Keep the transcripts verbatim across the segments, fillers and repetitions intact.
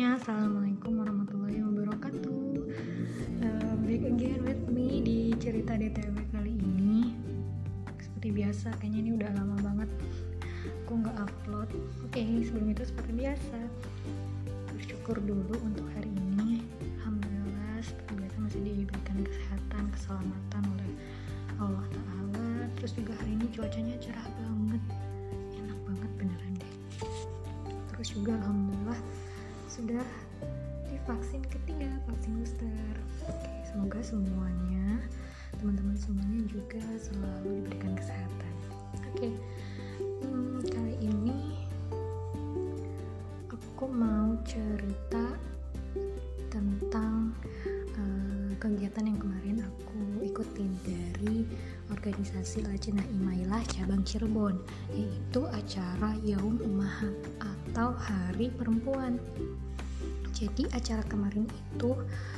semuanya, assalamualaikum warahmatullahi wabarakatuh. uh, Back again with me di cerita D T W kali ini. Seperti biasa, kayaknya ini udah lama banget aku nggak upload. Oke, okay, sebelum itu seperti biasa bersyukur dulu untuk hari ini. Alhamdulillah, seperti biasa masih diberikan kesehatan, keselamatan oleh Allah Ta'ala. Terus juga hari ini cuacanya cerah banget, enak banget beneran deh. Terus juga alhamdulillah sudah divaksin ketiga, vaksin booster. Oke, semoga semuanya, teman-teman semuanya juga selalu diberikan kesehatan. Oke, hmm, kali ini aku mau cerita tentang uh, kegiatan yang kemarin aku ikutin dari organisasi Lajnah Imailah cabang Cirebon, yaitu acara Yaum Ummahat atau Hari Perempuan. Jadi acara kemarin itu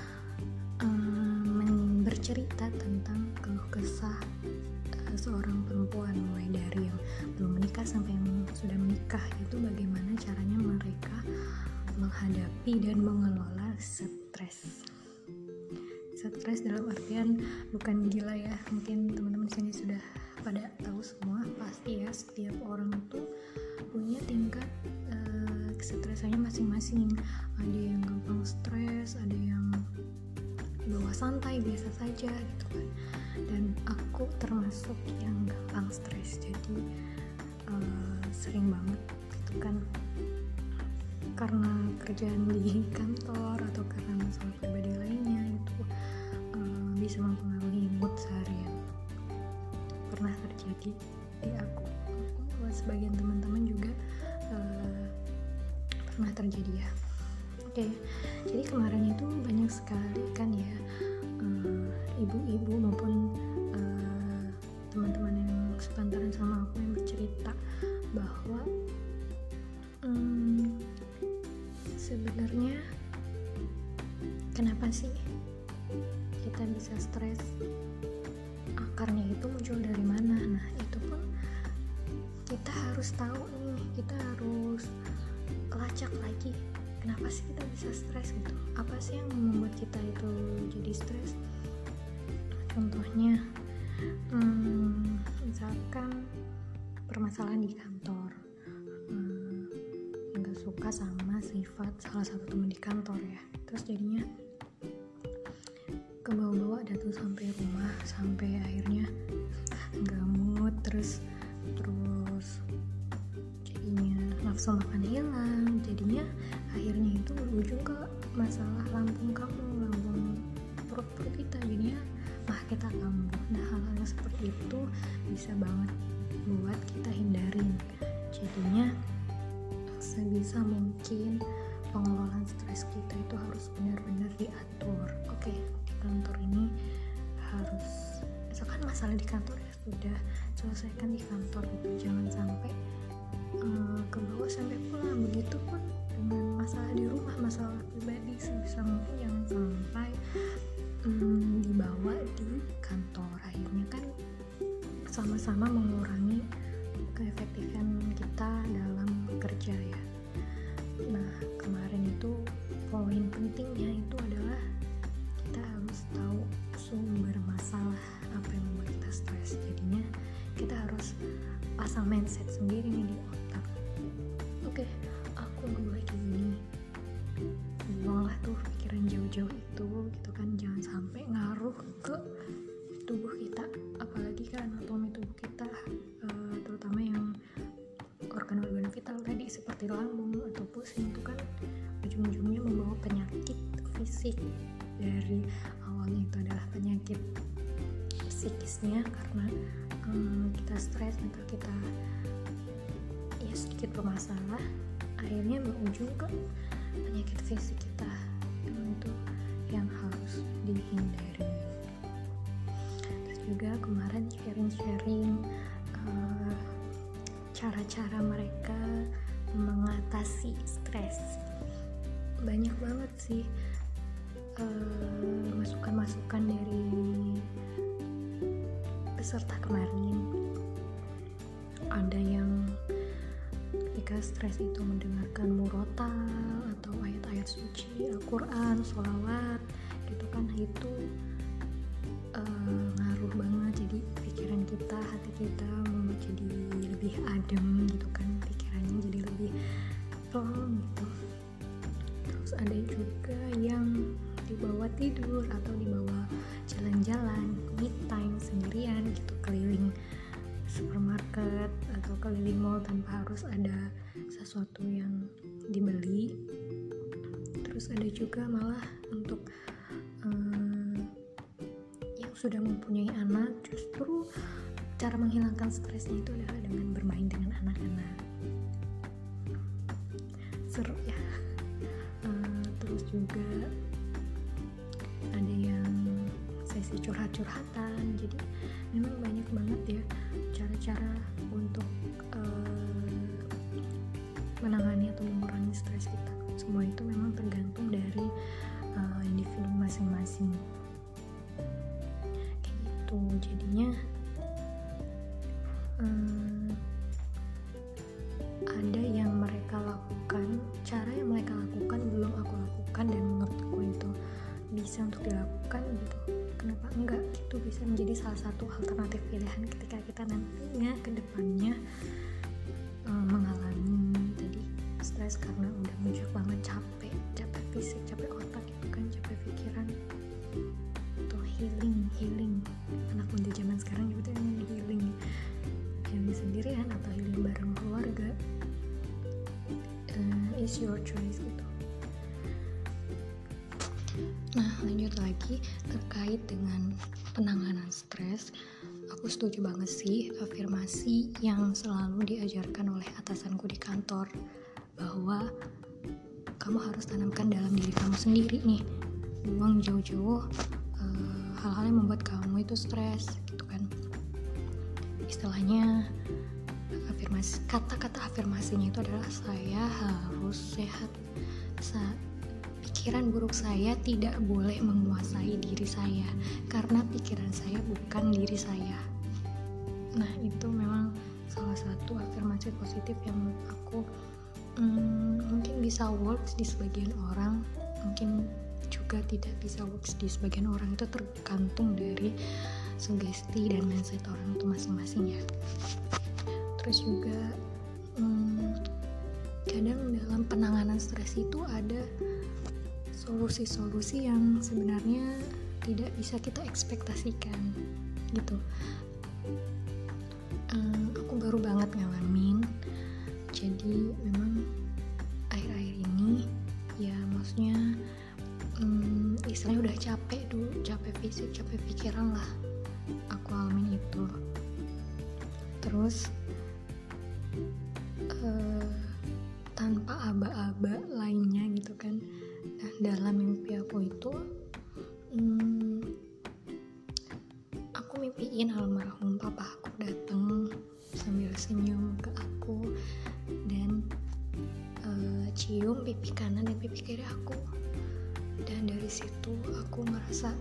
um, bercerita tentang keluh kesah uh, seorang perempuan, mulai dari yang belum menikah sampai yang sudah menikah, itu bagaimana caranya mereka menghadapi dan mengelola stres. Stres dalam artian bukan gila ya, mungkin teman-teman sini sudah pada tahu semua pasti ya, setiap orang tuh punya tingkat uh, kesetresannya masing-masing. Ada yang gampang stres, ada yang bawa santai biasa saja gitu kan, dan aku termasuk yang gampang stres. Jadi uh, sering banget gitu kan, karena kerjaan di kantor atau karena masalah pribadi lainnya itu uh, bisa mempengaruhi mood seharian. Pernah terjadi di aku, buat sebagian teman-teman juga uh, pernah terjadi ya. Oke, jadi kemarin itu banyak sekali kan ya uh, ibu-ibu maupun uh, teman-teman yang sepantaran sama aku yang bercerita bahwa um, sebenarnya kenapa sih kita bisa stres, akarnya itu muncul dari mana. Nah itu pun kita harus tahu nih, kita harus lacak lagi, kenapa sih kita bisa stres gitu, apa sih yang membuat kita itu jadi stres. Contohnya hmm, misalkan permasalahan di kantor, hmm, nggak suka sama sifat salah satu teman di kantor ya, terus jadinya kebawa-bawa ada tuh sampai rumah, sampai akhirnya nggak mood, terus terus jadinya nafsu makan hilang, jadinya akhirnya itu berujung ke masalah lambung kamu, lambung perut-perut kita, jadinya mah kita kambuh. Nah hal-hal seperti itu bisa banget buat kita hindarin. Jadinya sebisa mungkin pengelolaan stres kita itu harus benar-benar diatur. Oke, di kantor ini harus, misalkan masalah di kantor ya sudah selesaikan di kantor gitu, jangan sampai uh, ke bawah sampai pulang. Begitupun dengan masalah di rumah, masalah pribadi, sebisa mungkin jangan sampai um, dibawa di kantor. Akhirnya kan sama-sama mengurangi keefektifan kita dalam bekerja ya. Nah kemarin itu poin pentingnya itu adalah kita harus tahu sumber masalah apa yang membuat kita stres. Jadinya kita harus pasang mindset sendiri nih di otak. Oke, aku nggak boleh kayak gini, buanglah tuh pikiran jauh-jauh itu gitu kan, jangan sampai ngaruh ke tubuh kita, apalagi kan anatomi tubuh kita, uh, terutama yang organ-organ vital tadi seperti lambung atau pusing itu kan ujung-ujungnya membawa penyakit fisik. Dari awalnya itu adalah penyakit psikisnya karena um, kita stres, mental kita ya sedikit bermasalah, akhirnya berujung ke penyakit fisik kita. Itu yang harus dihindari. Terus juga kemarin sharing-sharing uh, cara-cara mereka mengatasi stres. Banyak banget sih uh, masukan-masukan dari peserta kemarin. Ada yang ketika stres itu mendengarkan murotal atau ayat-ayat ayat suci Al-Quran, sholawat gitu kan, itu uh, ngaruh banget. Jadi pikiran kita, hati kita mau jadi lebih adem gitu kan, pikirannya jadi lebih plong gitu. Terus ada juga yang dibawa tidur atau dibawa jalan-jalan, me time sendirian gitu, keliling supermarket atau keliling mall tanpa harus ada sesuatu yang dibeli. Terus ada juga malah untuk um, yang sudah mempunyai anak, justru cara menghilangkan stresnya itu adalah dengan bermain dengan anak-anak. Seru ya. Uh, terus juga ada yang sesi curhat-curhatan. Jadi memang banyak banget ya cara-cara untuk uh, menangani atau mengurangi stres kita. Semua itu memang tergantung dari uh, individu masing-masing kayak gitu. Jadinya um, ada yang mereka lakukan, cara yang mereka lakukan belum aku lakukan dan menurutku itu bisa untuk dilakukan gitu. Kenapa enggak? Itu bisa menjadi salah satu alternatif pilihan ketika kita nantinya ke depannya um, mengalami tadi stres karena udah muncul banget capek, capek fisik, capek otak itu kan, capek pikiran. Tuh healing, healing. Anak muda zaman sekarang juga tuh healing, healing sendirian atau healing bareng keluarga. Uh, it's your choice gitu. Nah, lanjut lagi terkait dengan penanganan stres. Aku setuju banget sih afirmasi yang selalu diajarkan oleh atasanku di kantor, bahwa kamu harus tanamkan dalam diri kamu sendiri nih, buang jauh-jauh uh, hal-hal yang membuat kamu itu stres gitu kan. Istilahnya afirmasi, kata-kata afirmasinya itu adalah saya harus sehat. Sa- Pikiran buruk saya tidak boleh menguasai diri saya, karena pikiran saya bukan diri saya. Nah, itu memang salah satu afirmasi positif yang menurut aku hmm, mungkin bisa works di sebagian orang, mungkin juga tidak bisa works di sebagian orang. Itu tergantung dari sugesti dan mindset orang itu masing-masing ya. Terus juga hmm, kadang dalam penanganan stres itu ada solusi-solusi yang sebenarnya tidak bisa kita ekspektasikan gitu. Um, aku baru banget ngalamin. Jadi memang akhir-akhir ini ya, maksudnya um, istilahnya udah capek dulu, capek fisik, capek pikiran lah aku alamin itu. Terus uh, tanpa aba-aba lainnya gitu kan. Nah, dalam mimpi aku itu hmm, aku mimpiin almarhum papa aku datang sambil senyum ke aku dan uh, cium pipi kanan dan pipi kiri aku. Dan dari situ aku merasa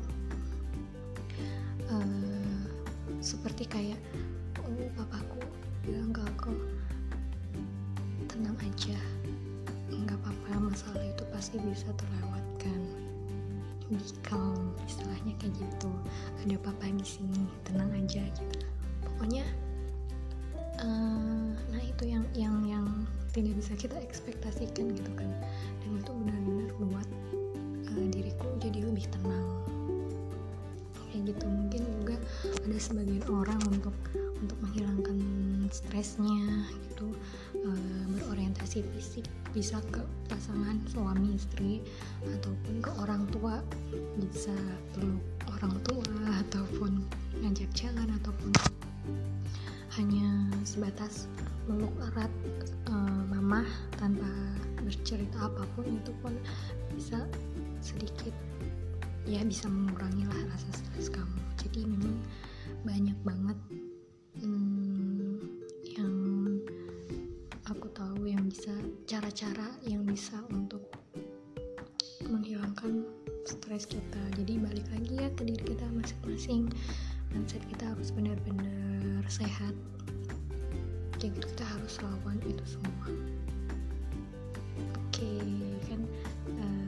uh, seperti kayak oh, papaku bilang ke aku, tenang aja, nggak apa-apa, masalah itu pasti bisa terlewatkan. Be calm, istilahnya kayak gitu. Ada papa di sini, tenang aja gitu. Pokoknya, uh, nah itu yang yang yang tidak bisa kita ekspektasikan gitu kan. Dan itu benar-benar buat uh, diriku jadi lebih tenang. Kayak gitu. Mungkin juga ada sebagian orang untuk untuk menghilangkan stresnya gitu, uh, berorientasi fisik, bisa ke pasangan suami istri ataupun ke orang tua, bisa peluk orang tua ataupun ngajak jalan ataupun hanya sebatas meluk erat uh, mama tanpa bercerita apapun, itu pun bisa sedikit ya bisa mengurangi lah rasa stres kamu. Jadi memang banyak banget hmm, yang aku tahu yang bisa, cara-cara yang bisa untuk menghilangkan stres kita. Jadi balik lagi ya ke diri kita masing-masing, mindset kita harus benar-benar sehat. Kayak gitu, kita harus lawan itu semua. Oke kan, uh,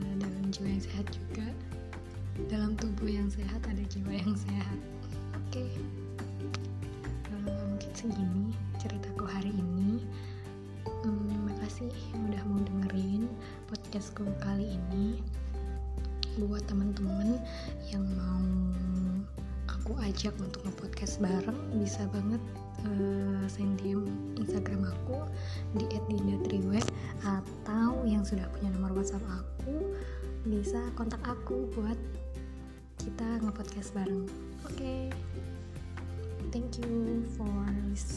jiwa yang sehat juga. Dalam tubuh yang sehat ada jiwa yang sehat. Oke, okay. uh, mungkin segini ceritaku hari ini. Hmm, makasih yang udah mau dengerin podcastku kali ini. Buat teman-teman yang mau aku ajak untuk nge-podcast bareng, bisa banget uh, send D M Instagram aku di et dinda triwe, atau yang sudah punya nomor WhatsApp aku bisa kontak aku buat kita nge-podcast bareng. Oke, okay. Thank you for listening.